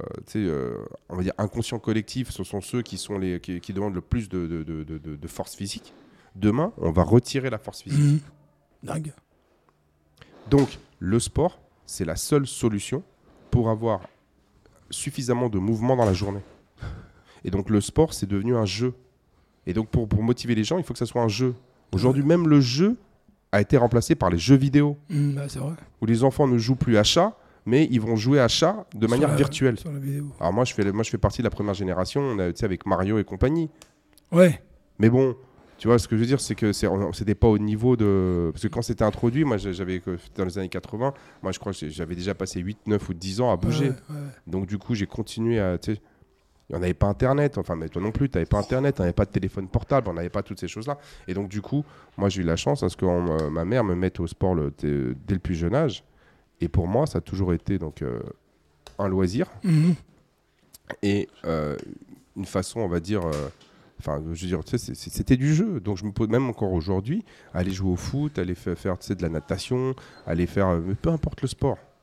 on va dire inconscient collectif, ce sont ceux qui demandent le plus de force physique. Demain, on va retirer la force physique. Dingue. Donc le sport, c'est la seule solution pour avoir suffisamment de mouvement dans la journée. Et donc le sport, c'est devenu un jeu. Et donc, pour motiver les gens, il faut que ça soit un jeu. Aujourd'hui, même le jeu a été remplacé par les jeux vidéo. C'est vrai. Où les enfants ne jouent plus à chat, mais ils vont jouer à chat de manière virtuelle. Sur la vidéo. Alors moi, je fais partie de la première génération, avec Mario et compagnie. Ouais. Mais bon, tu vois, ce que je veux dire, c'est que c'était pas au niveau de... Parce que quand c'était introduit, moi, j'avais dans les années 80, moi, je crois que j'avais déjà passé 8, 9 ou 10 ans à bouger. Donc, du coup, j'ai continué à... On n'avait pas Internet, enfin, mais toi non plus, tu n'avais pas Internet, on n'avait pas de téléphone portable, on n'avait pas toutes ces choses-là. Et donc, du coup, moi, j'ai eu la chance parce que ma mère me mette au sport dès le plus jeune âge. Et pour moi, ça a toujours été donc, un loisir et une façon, on va dire... Enfin, je veux dire, tu sais, c'était du jeu. Donc, je me pose même encore aujourd'hui, aller jouer au foot, aller faire de la natation, aller faire... peu importe le sport.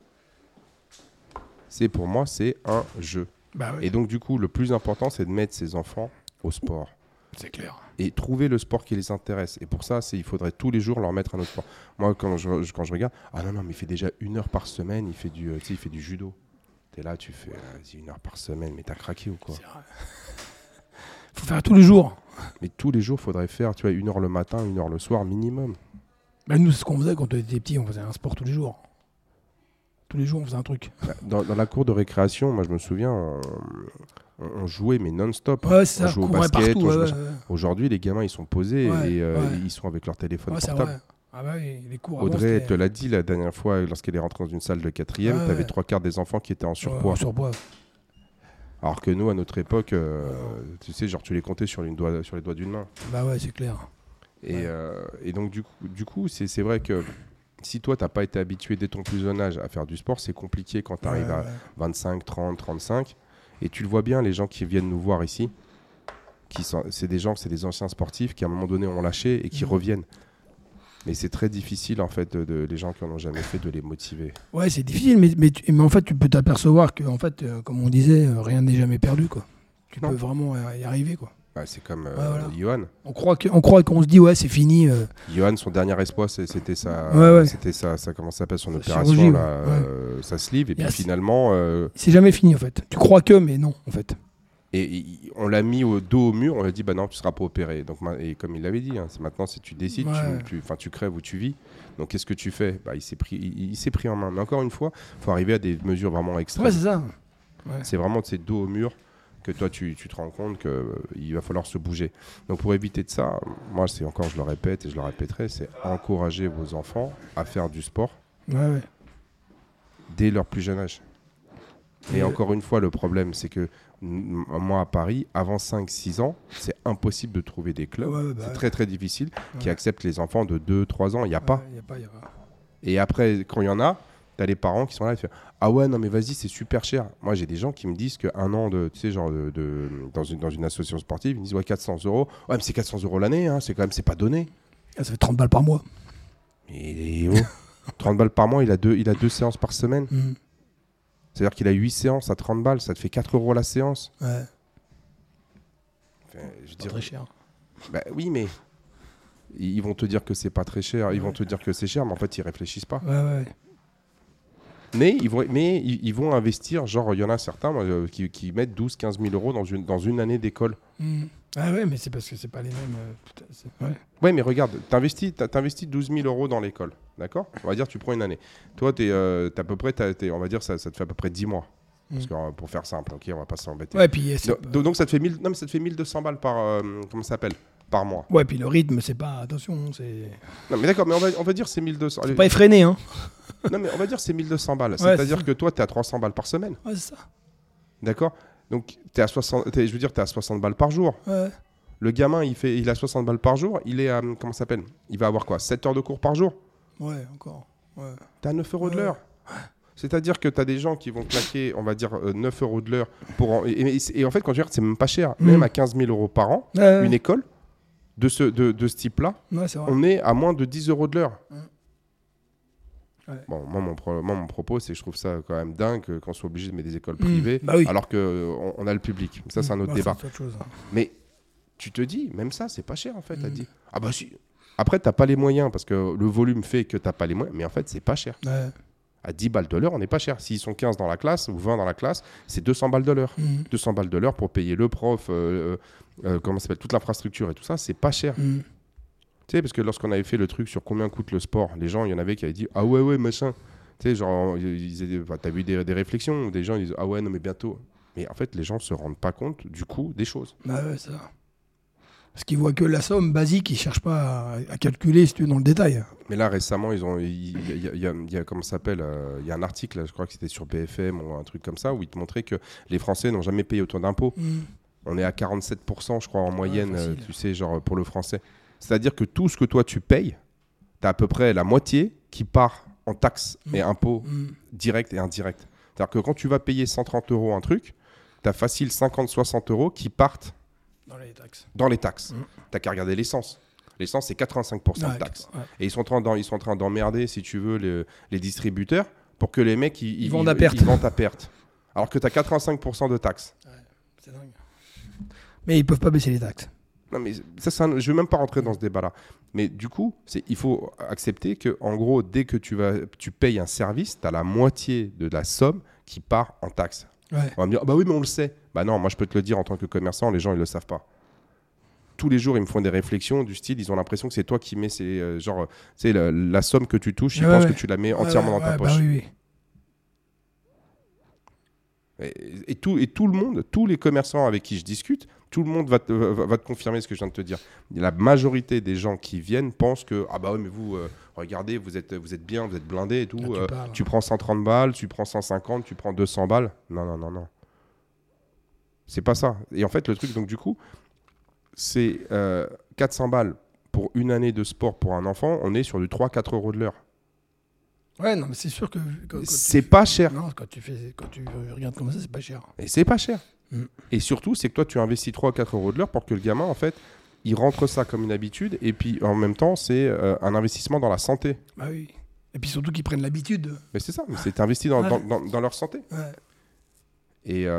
Pour moi, c'est un jeu. Bah oui. Et donc, du coup, le plus important, c'est de mettre ses enfants au sport. C'est clair. Et trouver le sport qui les intéresse. Et pour ça, il faudrait tous les jours leur mettre un autre sport. Moi, quand je regarde, ah non, mais il fait déjà 1 heure par semaine, il fait du judo. T'es là, tu fais 1 heure par semaine, mais t'as craqué ou quoi? C'est vrai. Faut faire tous les jours. Mais tous les jours, il faudrait faire 1 heure le matin, 1 heure le soir minimum. Bah, nous, c'est ce qu'on faisait quand on était petits, on faisait un sport tous les jours. Tous les jours, on faisait un truc. Dans la cour de récréation, moi je me souviens, on jouait mais non-stop. Ouais, c'est On ça, jouait au courait basket. partout. Aujourd'hui, les gamins, ils sont posés Ouais, et ouais. ils sont avec leur téléphone Ouais, c'est portable. vrai. Ah bah oui, les cours Audrey avant, te l'a dit la dernière fois, lorsqu'elle est rentrée dans une salle de 4e, Ouais, t'avais ouais. 3/4 des enfants qui étaient en surpoids. Surpoids. Alors que nous, à notre époque, tu sais, genre tu les comptais sur les doigts d'une main. Bah ouais, c'est clair. Et donc, du coup c'est vrai que si toi, t'as pas été habitué dès ton plus jeune âge à faire du sport, c'est compliqué quand tu arrives à 25, 30, 35. Et tu le vois bien, les gens qui viennent nous voir ici, c'est des anciens sportifs qui, à un moment donné, ont lâché et qui reviennent. Mais c'est très difficile, en fait, les gens qui en ont jamais fait, de les motiver. Ouais, c'est difficile, mais en fait, tu peux t'apercevoir que, en fait, comme on disait, rien n'est jamais perdu, quoi. Tu peux vraiment y arriver, quoi. Bah, c'est comme voilà. Johan. On croit qu'on se dit, ouais, c'est fini. Johan, son dernier espoir, c'était Ouais. ça comment ça s'appelle, son Sa opération, chirurgie, là, sa sleeve. Et puis finalement... c'est jamais fini, en fait. Tu crois que, mais non, en fait. Et on l'a mis au dos au mur, on lui a dit bah non, tu seras pas opéré. Donc, et comme il l'avait dit, c'est maintenant, si tu décides, tu crèves ou tu vis. Donc qu'est-ce que tu fais? Bah, il s'est pris en main. Mais encore une fois, il faut arriver à des mesures vraiment extrêmes. Ouais, c'est ça. Ouais. C'est vraiment de ces dos au mur que toi tu te rends compte qu'il va falloir se bouger. Donc pour éviter de ça, moi je le répète et je le répéterai, c'est encourager vos enfants à faire du sport dès leur plus jeune âge. Et encore une fois, le problème, c'est que moi, à Paris, avant 5-6 ans, c'est impossible de trouver des clubs. C'est très, très difficile qui acceptent les enfants de 2-3 ans. Il n'y a pas. Y a pas. Et après, quand il y en a, tu as les parents qui sont là et font « Ah ouais, non mais vas-y, c'est super cher. » Moi, j'ai des gens qui me disent qu'un an dans une association sportive, ils me disent « Ouais, 400 €. Ouais, mais c'est 400 € l'année, hein, c'est pas donné. » Ça fait 30 balles par mois. Et 30 balles par mois, il a deux séances par semaine. C'est-à-dire qu'il a 8 séances à 30 balles, ça te fait 4 € la séance. Ouais. Enfin, C'est très cher. Bah oui, mais ils vont te dire que c'est pas très cher, ils vont te dire que c'est cher, mais en fait, ils réfléchissent pas. Ouais. Mais ils vont investir, genre, il y en a certains qui mettent 12-15 000 € dans une année d'école. Ah ouais, mais c'est parce que c'est pas les mêmes. Ouais, mais regarde, t'investis 12 000 € dans l'école, d'accord? On va dire, tu prends une année. Toi, t'as à peu près, on va dire, ça te fait à peu près 10 mois. Parce que, pour faire simple, ok, on va pas s'embêter. Ouais, puis donc ça te fait 1200 balles par, comment ça s'appelle, par mois. Ouais, puis le rythme, c'est pas, attention, c'est... Non, mais d'accord, mais on va dire c'est 1200. Faut pas effréner, hein. Non, mais on va dire c'est 1200 balles. C'est-à-dire que toi, t'es à 300 balles par semaine. Ouais, c'est ça. D'accord? Donc, t'es à 60 balles par jour. Ouais. Le gamin, il a 60 balles par jour. Il est à, comment ça s'appelle? Il va avoir quoi? 7 heures de cours par jour? Ouais, encore. Ouais. T'es à 9 € de l'heure. C'est-à-dire que tu as des gens qui vont claquer, on va dire, 9 € de l'heure. Et en fait, quand tu regardes, c'est même pas cher. Même à 15 000 € par an, une école de ce type-là, on est à moins de 10 € de l'heure. Bon, moi, mon propos, c'est que je trouve ça quand même dingue qu'on soit obligé de mettre des écoles privées alors qu'on a le public. Ça, c'est un autre débat. Mais tu te dis, même ça, c'est pas cher, en fait. Tu dis, ah bah si. Après, tu n'as pas les moyens parce que le volume fait que tu n'as pas les moyens. Mais en fait, c'est pas cher. À 10 balles de l'heure, on n'est pas cher. S'ils sont 15 dans la classe ou 20 dans la classe, c'est 200 balles de l'heure. 200 balles de l'heure pour payer le prof, comment ça s'appelle, toute l'infrastructure et tout ça, c'est pas cher. Tu sais, parce que lorsqu'on avait fait le truc sur combien coûte le sport, les gens, il y en avait qui avaient dit « Ah ouais, machin ». Tu sais, genre, t'as vu des réflexions où des gens ils disent « Ah ouais, non mais bientôt ». Mais en fait, les gens se rendent pas compte du coût des choses. Bah ouais, ça. Parce qu'ils voient que la somme basique, ils cherchent pas à calculer, si tu veux, dans le détail. Mais là, récemment, il y a comment ça s'appelle, il y a un article, je crois que c'était sur BFM ou un truc comme ça, où ils te montraient que les Français n'ont jamais payé autant d'impôts. On est à 47%, je crois, en moyenne, tu sais, genre pour le français. C'est-à-dire que tout ce que toi, tu payes, tu as à peu près la moitié qui part en taxes et impôts directs et indirects. C'est-à-dire que quand tu vas payer 130 € un truc, tu as facile 50-60 € qui partent dans les taxes. T'as qu'à regarder l'essence. L'essence, c'est 85% de taxes. Et ils sont en train d'emmerder, si tu veux, les distributeurs pour que les mecs ils vendent à perte. alors que tu as 85% de taxes. Ouais, c'est dingue. Mais ils peuvent pas baisser les taxes. Non, mais ça, je ne vais même pas rentrer dans ce débat-là. Mais du coup, il faut accepter que, en gros, dès que tu payes un service, tu as la moitié de la somme qui part en taxes. Ouais. On va me dire, bah oui, mais on le sait. Bah non, moi je peux te le dire en tant que commerçant, les gens ils le savent pas. Tous les jours, ils me font des réflexions du style, ils ont l'impression que c'est toi qui mets la somme que tu touches, ils pensent que tu la mets entièrement dans ta poche. Bah oui. Et tout le monde, tous les commerçants avec qui je discute, tout le monde va te confirmer ce que je viens de te dire. La majorité des gens qui viennent pensent que ah bah oui, mais vous regardez, vous êtes bien, vous êtes blindés et tout. Tu prends 130 balles, tu prends 150, tu prends 200 balles. Non. C'est pas ça. Et en fait, le truc, donc du coup, c'est 400 balles pour une année de sport pour un enfant, on est sur du 3-4 euros de l'heure. Ouais, non, mais c'est sûr que... C'est pas cher. Non, quand tu regardes comme ça, c'est pas cher. Et c'est pas cher. Et surtout, c'est que toi, tu investis 3 à 4 euros de l'heure pour que le gamin, en fait, il rentre ça comme une habitude. Et puis, en même temps, c'est un investissement dans la santé. Bah oui. Et puis surtout qu'ils prennent l'habitude. Mais c'est ça, mais c'est investi dans leur santé. Ouais. Et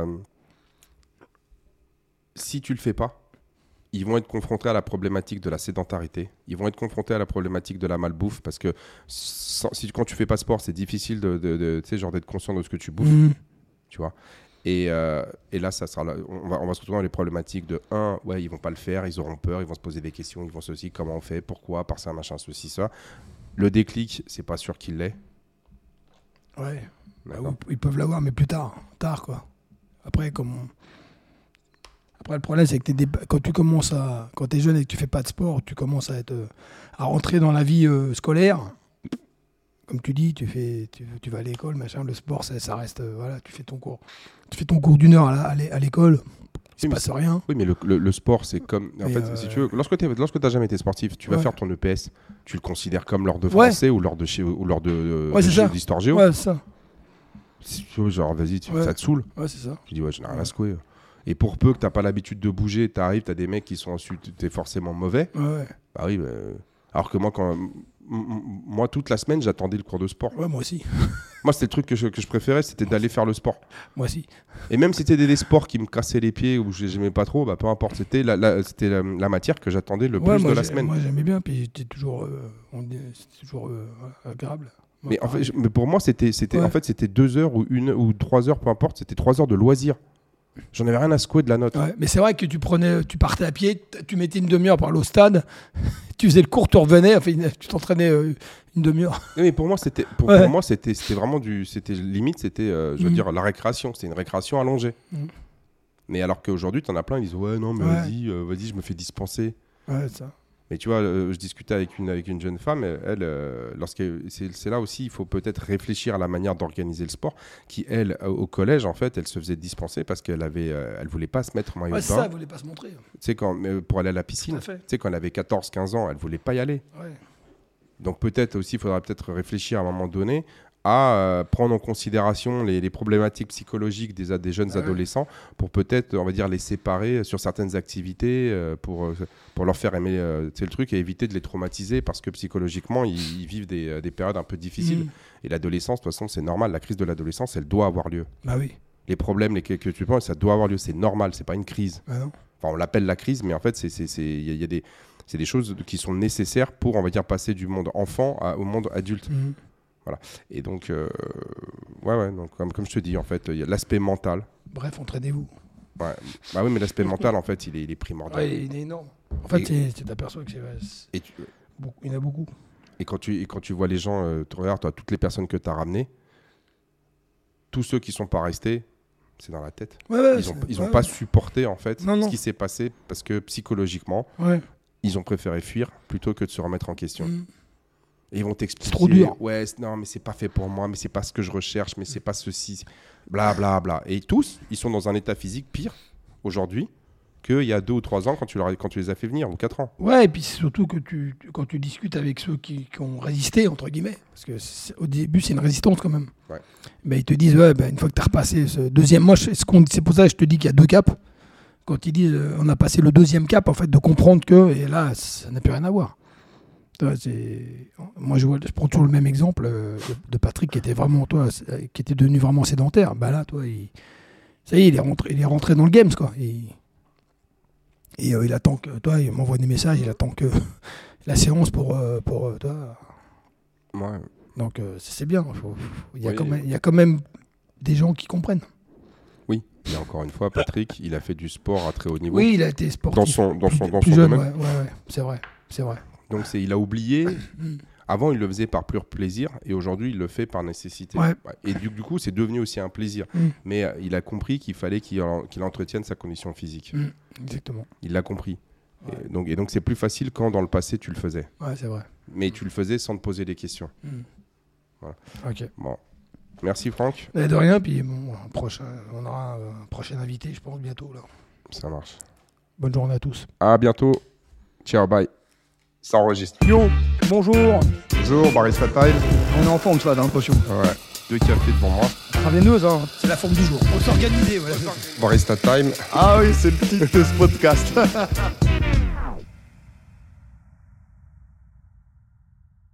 si tu le fais pas, ils vont être confrontés à la problématique de la sédentarité. Ils vont être confrontés à la problématique de la malbouffe parce que quand tu fais pas sport, c'est difficile d'être conscient de ce que tu bouffes. Tu vois. Et là, ça sera on va se retrouver dans les problématiques de ils vont pas le faire, ils auront peur, ils vont se poser des questions, ils vont ceci, comment on fait, pourquoi, par ça, machin, ceci, ça. Le déclic, c'est pas sûr qu'il l'ait. Ouais. Ils peuvent l'avoir, mais plus tard quoi. Après, le problème, c'est que quand tu es jeune et que tu fais pas de sport, tu commences à rentrer dans la vie scolaire. Comme tu dis, tu vas à l'école, machin, le sport, ça reste, tu fais ton cours. Tu fais ton cours d'1 heure à l'école, il se passe rien. Oui, mais le sport, c'est comme... En fait, si tu veux, lorsque tu n'as jamais été sportif, tu vas faire ton EPS, tu le considères comme l'heure de français ou l'heure d'histoire géo. Ouais, c'est ça. Genre, vas-y, ça te saule. Ouais, c'est ça. Tu dis, j'en ai rien à secouer. Et pour peu que tu n'as pas l'habitude de bouger, tu arrives, tu as des mecs qui sont ensuite, tu es forcément mauvais. Ouais. Bah oui, alors que moi, toute la semaine, j'attendais le cours de sport. Ouais, moi aussi. Moi, c'était le truc que je préférais, c'était d'aller faire le sport. Moi aussi. Et même si c'était des sports qui me cassaient les pieds ou je n'aimais pas trop, peu importe. C'était la matière que j'attendais le plus de la semaine. Moi, j'aimais bien, puis c'était toujours agréable. Moi, mais pour moi, c'était 2 heures ou 1 ou 3 heures, peu importe. C'était 3 heures de loisirs. J'en avais rien à secouer de la note. Ouais, mais c'est vrai que tu partais à pied, tu mettais une demi-heure pour aller au stade, tu faisais le cours, tu revenais, tu t'entraînais une demi-heure. Oui, mais pour moi, c'était vraiment je veux dire, la récréation. C'était une récréation allongée. Mais alors qu'aujourd'hui, tu en as plein, ils disent ouais, non, mais vas-y, je me fais dispenser. Ouais, ça. Mais tu vois, je discutais avec une jeune femme, elle, c'est là aussi, il faut peut-être réfléchir à la manière d'organiser le sport, qui, elle, au collège, en fait, elle se faisait dispenser parce qu'elle voulait pas se mettre maillot de bain. C'est ça, elle voulait pas se montrer. Tu sais, pour aller à la piscine, tu sais, quand elle avait 14-15 ans, elle voulait pas y aller. Ouais. Donc peut-être aussi, il faudra peut-être réfléchir à un moment donné à prendre en considération les problématiques psychologiques des jeunes adolescents pour peut-être, on va dire, les séparer sur certaines activités pour leur faire aimer le truc et éviter de les traumatiser parce que psychologiquement, ils vivent des périodes un peu difficiles. Et l'adolescence, de toute façon, c'est normal. La crise de l'adolescence, elle doit avoir lieu. Bah oui. Les problèmes que tu penses, ça doit avoir lieu. C'est normal, c'est pas une crise. Bah non. Enfin, on l'appelle la crise, mais en fait, c'est des choses qui sont nécessaires pour, on va dire, passer du monde enfant au monde adulte. Voilà. Et donc, donc, comme je te dis, en fait, il y a l'aspect mental. Bref, entraînez-vous. Ouais. Bah oui, mais l'aspect mental, en fait, il est primordial. Ouais, il est énorme. En fait, tu t'aperçois que il y en a beaucoup. Et quand tu vois les gens, tu regardes, toi, toutes les personnes que tu as ramenées, tous ceux qui ne sont pas restés, c'est dans la tête. Ils n'ont pas supporté, en fait, ce qui s'est passé parce que psychologiquement, ils ont préféré fuir plutôt que de se remettre en question. Et ils vont t'expliquer. C'est trop dur. Ouais, non, mais c'est pas fait pour moi, mais c'est pas ce que je recherche, mais c'est pas ceci. Bla, bla, bla. Et tous, ils sont dans un état physique pire aujourd'hui qu'il y a 2 ou 3 ans quand tu les as fait venir, ou 4 ans. Ouais, et puis surtout que quand tu discutes avec ceux qui ont résisté, entre guillemets, parce que au début, c'est une résistance quand même. Ouais. Ils te disent, une fois que tu as repassé ce deuxième. Moi, c'est pour ça que je te dis qu'il y a 2 caps. Quand ils disent, on a passé le 2e cap, en fait, de comprendre que, et là, ça n'a plus rien à voir. Moi, je prends toujours le même exemple de Patrick qui était qui était devenu vraiment sédentaire. Bah là, ça y est, il est rentré dans le games, quoi. Il attend que, il m'envoie des messages, il attend que la séance pour toi. Ouais. Donc c'est bien. Il y a quand même des gens qui comprennent. Oui, et encore une fois, Patrick, il a fait du sport à très haut niveau. Oui, il a été sportif. Dans son jeune, domaine. Ouais, c'est vrai. Donc il a oublié. Avant, il le faisait par pur plaisir, et aujourd'hui, il le fait par nécessité. Ouais. Et du coup, c'est devenu aussi un plaisir. Mais il a compris qu'il fallait qu'il entretienne sa condition physique. Exactement. Il l'a compris. Ouais. Et donc, c'est plus facile quand, dans le passé, tu le faisais. Ouais, c'est vrai. Mais tu le faisais sans te poser des questions. Voilà. Ok. Bon. Merci, Franck. De rien, puis on aura un prochain invité, je pense, bientôt. Là. Ça marche. Bonne journée à tous. À bientôt. Ciao, bye. Ça enregistre. Yo, bonjour. Bonjour, Barista Time. On est en forme, ça, dans le potion. Ouais. 2 cafés devant moi. Traveineuse, hein. C'est la forme du jour. On s'organise, voilà. Barista Time. Ah oui, c'est le titre de ce podcast.